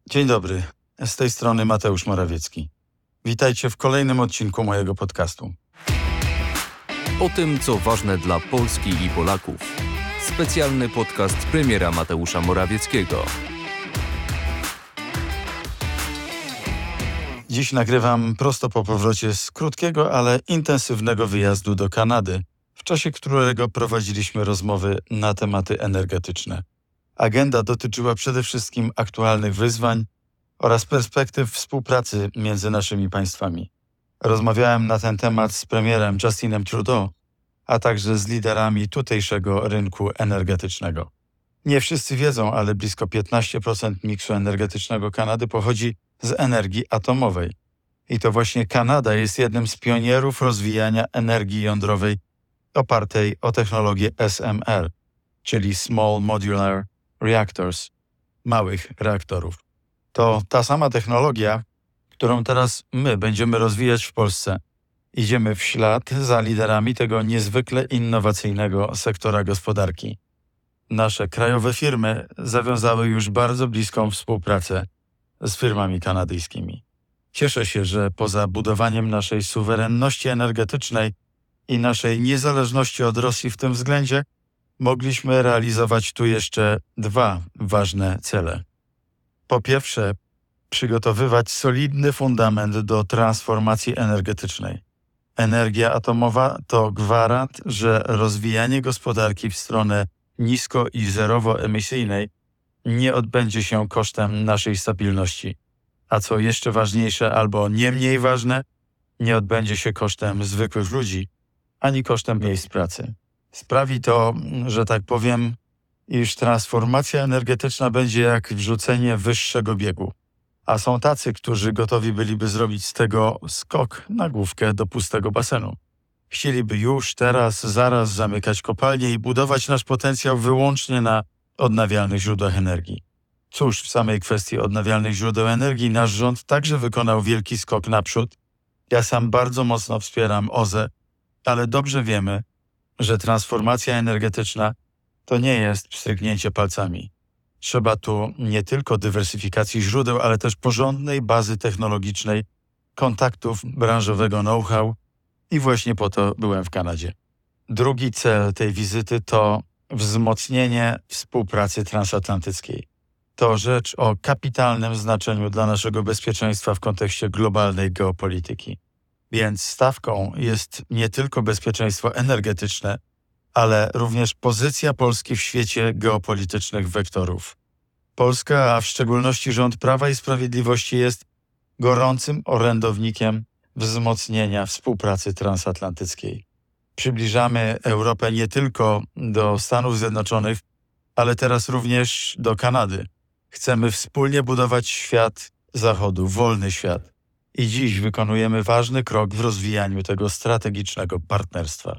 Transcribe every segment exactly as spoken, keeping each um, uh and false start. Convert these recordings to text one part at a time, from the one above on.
Dzień dobry, z tej strony Mateusz Morawiecki. Witajcie w kolejnym odcinku mojego podcastu. O tym, co ważne dla Polski i Polaków. Specjalny podcast premiera Mateusza Morawieckiego. Dziś nagrywam prosto po powrocie z krótkiego, ale intensywnego wyjazdu do Kanady, w czasie którego prowadziliśmy rozmowy na tematy energetyczne. Agenda dotyczyła przede wszystkim aktualnych wyzwań oraz perspektyw współpracy między naszymi państwami. Rozmawiałem na ten temat z premierem Justinem Trudeau, a także z liderami tutejszego rynku energetycznego. Nie wszyscy wiedzą, ale blisko piętnaście procent miksu energetycznego Kanady pochodzi z energii atomowej. I to właśnie Kanada jest jednym z pionierów rozwijania energii jądrowej opartej o technologię S M R, czyli Small Modular Reactors, małych reaktorów. To ta sama technologia, którą teraz my będziemy rozwijać w Polsce. Idziemy w ślad za liderami tego niezwykle innowacyjnego sektora gospodarki. Nasze krajowe firmy zawiązały już bardzo bliską współpracę z firmami kanadyjskimi. Cieszę się, że poza budowaniem naszej suwerenności energetycznej i naszej niezależności od Rosji w tym względzie, mogliśmy realizować tu jeszcze dwa ważne cele. Po pierwsze, przygotowywać solidny fundament do transformacji energetycznej. Energia atomowa to gwarant, że rozwijanie gospodarki w stronę nisko- i zerowoemisyjnej nie odbędzie się kosztem naszej stabilności, a co jeszcze ważniejsze albo nie mniej ważne, nie odbędzie się kosztem zwykłych ludzi, ani kosztem miejsc pracy. Sprawi to, że tak powiem, iż transformacja energetyczna będzie jak wrzucenie wyższego biegu. A są tacy, którzy gotowi byliby zrobić z tego skok na główkę do pustego basenu. Chcieliby już, teraz, zaraz zamykać kopalnie i budować nasz potencjał wyłącznie na odnawialnych źródłach energii. Cóż, w samej kwestii odnawialnych źródeł energii nasz rząd także wykonał wielki skok naprzód. Ja sam bardzo mocno wspieram O Z E, ale dobrze wiemy, że transformacja energetyczna to nie jest pstryknięcie palcami. Trzeba tu nie tylko dywersyfikacji źródeł, ale też porządnej bazy technologicznej, kontaktów, branżowego know-how i właśnie po to byłem w Kanadzie. Drugi cel tej wizyty to wzmocnienie współpracy transatlantyckiej. To rzecz o kapitalnym znaczeniu dla naszego bezpieczeństwa w kontekście globalnej geopolityki. Więc stawką jest nie tylko bezpieczeństwo energetyczne, ale również pozycja Polski w świecie geopolitycznych wektorów. Polska, a w szczególności rząd Prawa i Sprawiedliwości jest gorącym orędownikiem wzmocnienia współpracy transatlantyckiej. Przybliżamy Europę nie tylko do Stanów Zjednoczonych, ale teraz również do Kanady. Chcemy wspólnie budować świat Zachodu, wolny świat. I dziś wykonujemy ważny krok w rozwijaniu tego strategicznego partnerstwa.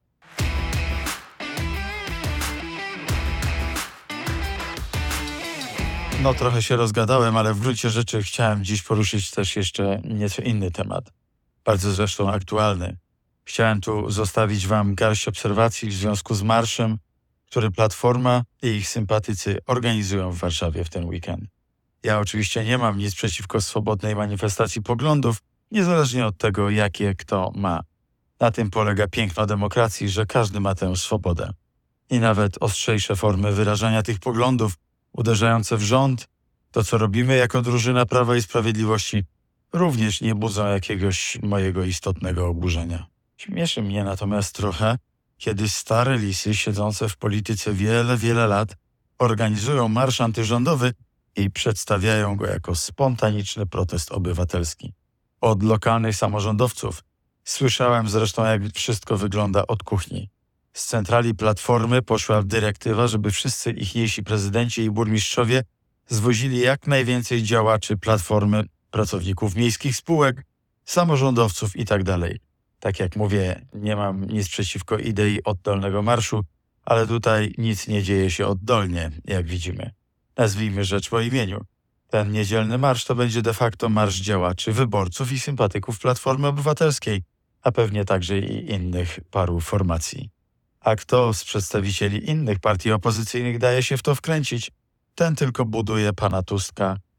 No trochę się rozgadałem, ale w gruncie rzeczy chciałem dziś poruszyć też jeszcze nieco inny temat. Bardzo zresztą aktualny. Chciałem tu zostawić wam garść obserwacji w związku z marszem, który Platforma i ich sympatycy organizują w Warszawie w ten weekend. Ja oczywiście nie mam nic przeciwko swobodnej manifestacji poglądów, niezależnie od tego, jakie kto ma. Na tym polega piękno demokracji, że każdy ma tę swobodę. I nawet ostrzejsze formy wyrażania tych poglądów, uderzające w rząd, to co robimy jako drużyna Prawa i Sprawiedliwości, również nie budzą jakiegoś mojego istotnego oburzenia. Śmieszy mnie natomiast trochę, kiedy stare lisy siedzące w polityce wiele, wiele lat organizują marsz antyrządowy i przedstawiają go jako spontaniczny protest obywatelski. Od lokalnych samorządowców słyszałem zresztą, jak wszystko wygląda od kuchni. Z centrali Platformy poszła dyrektywa, żeby wszyscy ichniejsi prezydenci i burmistrzowie zwozili jak najwięcej działaczy Platformy, pracowników miejskich spółek, samorządowców itd. Tak jak mówię, nie mam nic przeciwko idei oddolnego marszu, ale tutaj nic nie dzieje się oddolnie, jak widzimy. Nazwijmy rzecz po imieniu. Ten niedzielny marsz to będzie de facto marsz działaczy, wyborców i sympatyków Platformy Obywatelskiej, a pewnie także i innych paru formacji. A kto z przedstawicieli innych partii opozycyjnych daje się w to wkręcić, ten tylko buduje pana Tuska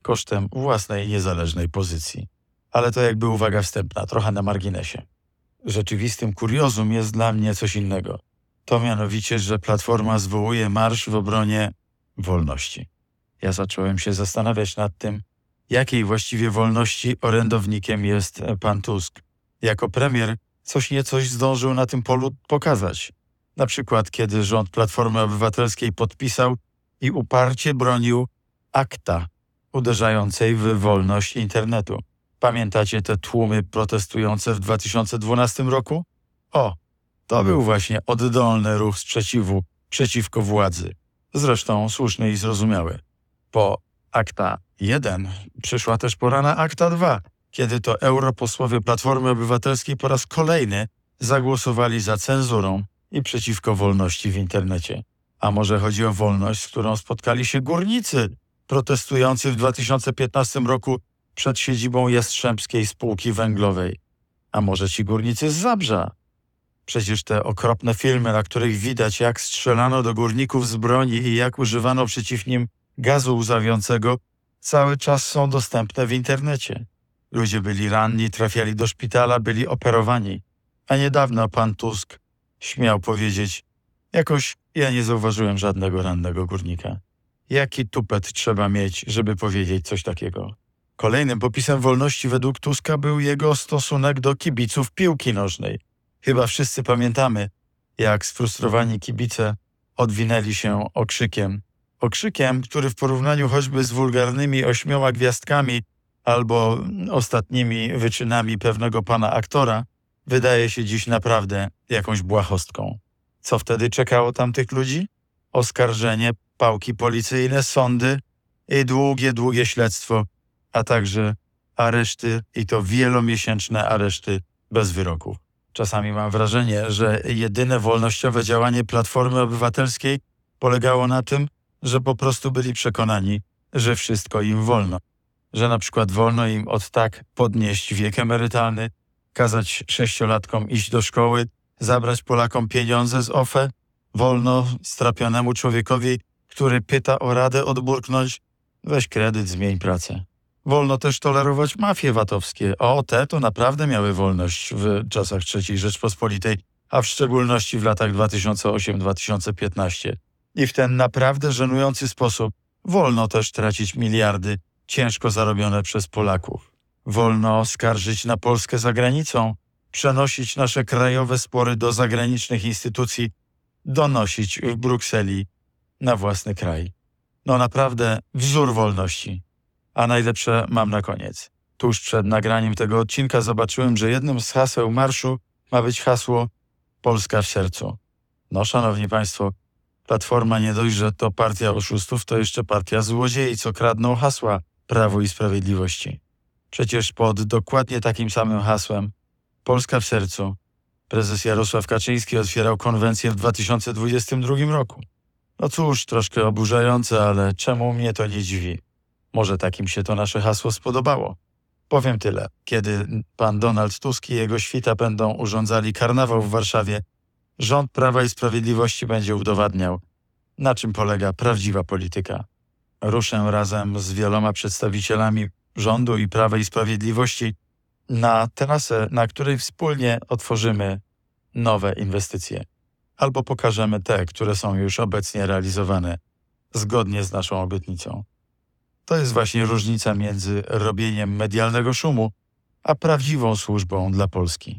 kosztem własnej niezależnej pozycji. Ale to jakby uwaga wstępna, trochę na marginesie. Rzeczywistym kuriozum jest dla mnie coś innego. To mianowicie, że Platforma zwołuje marsz w obronie wolności. Ja zacząłem się zastanawiać nad tym, jakiej właściwie wolności orędownikiem jest pan Tusk. Jako premier coś niecoś zdążył na tym polu pokazać. Na przykład, kiedy rząd Platformy Obywatelskiej podpisał i uparcie bronił akta uderzającej w wolność internetu. Pamiętacie te tłumy protestujące w dwa tysiące dwunastym roku? O, to był właśnie oddolny ruch sprzeciwu przeciwko władzy. Zresztą słuszny i zrozumiały. Po akta jeden przyszła też pora na akta dwa, kiedy to europosłowie Platformy Obywatelskiej po raz kolejny zagłosowali za cenzurą i przeciwko wolności w internecie. A może chodzi o wolność, z którą spotkali się górnicy protestujący w dwa tysiące piętnastym roku przed siedzibą Jastrzębskiej Spółki Węglowej. A może ci górnicy z Zabrza? Przecież te okropne filmy, na których widać, jak strzelano do górników z broni i jak używano przeciw nim gazu łzawiącego, cały czas są dostępne w internecie. Ludzie byli ranni, trafiali do szpitala, byli operowani. A niedawno pan Tusk śmiał powiedzieć: jakoś ja nie zauważyłem żadnego rannego górnika. Jaki tupet trzeba mieć, żeby powiedzieć coś takiego? Kolejnym popisem wolności według Tuska był jego stosunek do kibiców piłki nożnej. Chyba wszyscy pamiętamy, jak sfrustrowani kibice odwinęli się okrzykiem. Okrzykiem, który w porównaniu choćby z wulgarnymi ośmioma gwiazdkami albo ostatnimi wyczynami pewnego pana aktora wydaje się dziś naprawdę jakąś błahostką. Co wtedy czekało tamtych ludzi? Oskarżenie, pałki policyjne, sądy i długie, długie śledztwo, a także areszty i to wielomiesięczne areszty bez wyroków. Czasami mam wrażenie, że jedyne wolnościowe działanie Platformy Obywatelskiej polegało na tym, że po prostu byli przekonani, że wszystko im wolno. Że na przykład wolno im od tak podnieść wiek emerytalny, kazać sześciolatkom iść do szkoły, zabrać Polakom pieniądze z O F E, wolno strapionemu człowiekowi, który pyta o radę, odburknąć: weź kredyt, zmień pracę. Wolno też tolerować mafie VAT-owskie. O, te to naprawdę miały wolność w czasach trzeciej Rzeczpospolitej, a w szczególności w latach dwa tysiące ósmym do dwa tysiące piętnastego. I w ten naprawdę żenujący sposób wolno też tracić miliardy ciężko zarobione przez Polaków. Wolno skarżyć na Polskę za granicą, przenosić nasze krajowe spory do zagranicznych instytucji, donosić w Brukseli na własny kraj. No naprawdę wzór wolności. A najlepsze mam na koniec. Tuż przed nagraniem tego odcinka zobaczyłem, że jednym z haseł marszu ma być hasło Polska w sercu. No, szanowni państwo, Platforma nie dość, że to partia oszustów, to jeszcze partia złodziei, co kradną hasła Prawu i Sprawiedliwości. Przecież pod dokładnie takim samym hasłem Polska w sercu prezes Jarosław Kaczyński otwierał konwencję w dwa tysiące dwudziestym drugim roku. No cóż, troszkę oburzające, ale czemu mnie to nie dziwi? Może takim się to nasze hasło spodobało. Powiem tyle. Kiedy pan Donald Tusk i jego świta będą urządzali karnawał w Warszawie, rząd Prawa i Sprawiedliwości będzie udowadniał, na czym polega prawdziwa polityka. Ruszę razem z wieloma przedstawicielami rządu i Prawa i Sprawiedliwości na trasę, na której wspólnie otworzymy nowe inwestycje. Albo pokażemy te, które są już obecnie realizowane zgodnie z naszą obietnicą. To jest właśnie różnica między robieniem medialnego szumu, a prawdziwą służbą dla Polski.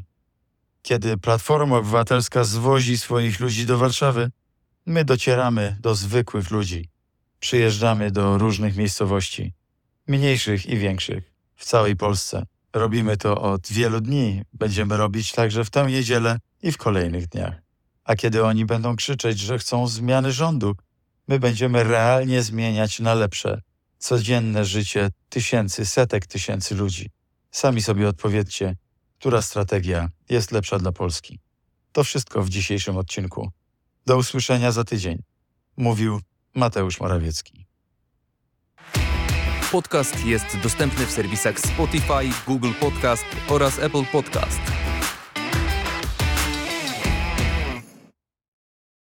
Kiedy Platforma Obywatelska zwozi swoich ludzi do Warszawy, my docieramy do zwykłych ludzi. Przyjeżdżamy do różnych miejscowości, mniejszych i większych, w całej Polsce. Robimy to od wielu dni, będziemy robić także w tę niedzielę i w kolejnych dniach. A kiedy oni będą krzyczeć, że chcą zmiany rządu, my będziemy realnie zmieniać na lepsze codzienne życie tysięcy, setek tysięcy ludzi. Sami sobie odpowiedzcie, która strategia jest lepsza dla Polski. To wszystko w dzisiejszym odcinku. Do usłyszenia za tydzień. Mówił Mateusz Morawiecki. Podcast jest dostępny w serwisach Spotify, Google Podcast oraz Apple Podcast.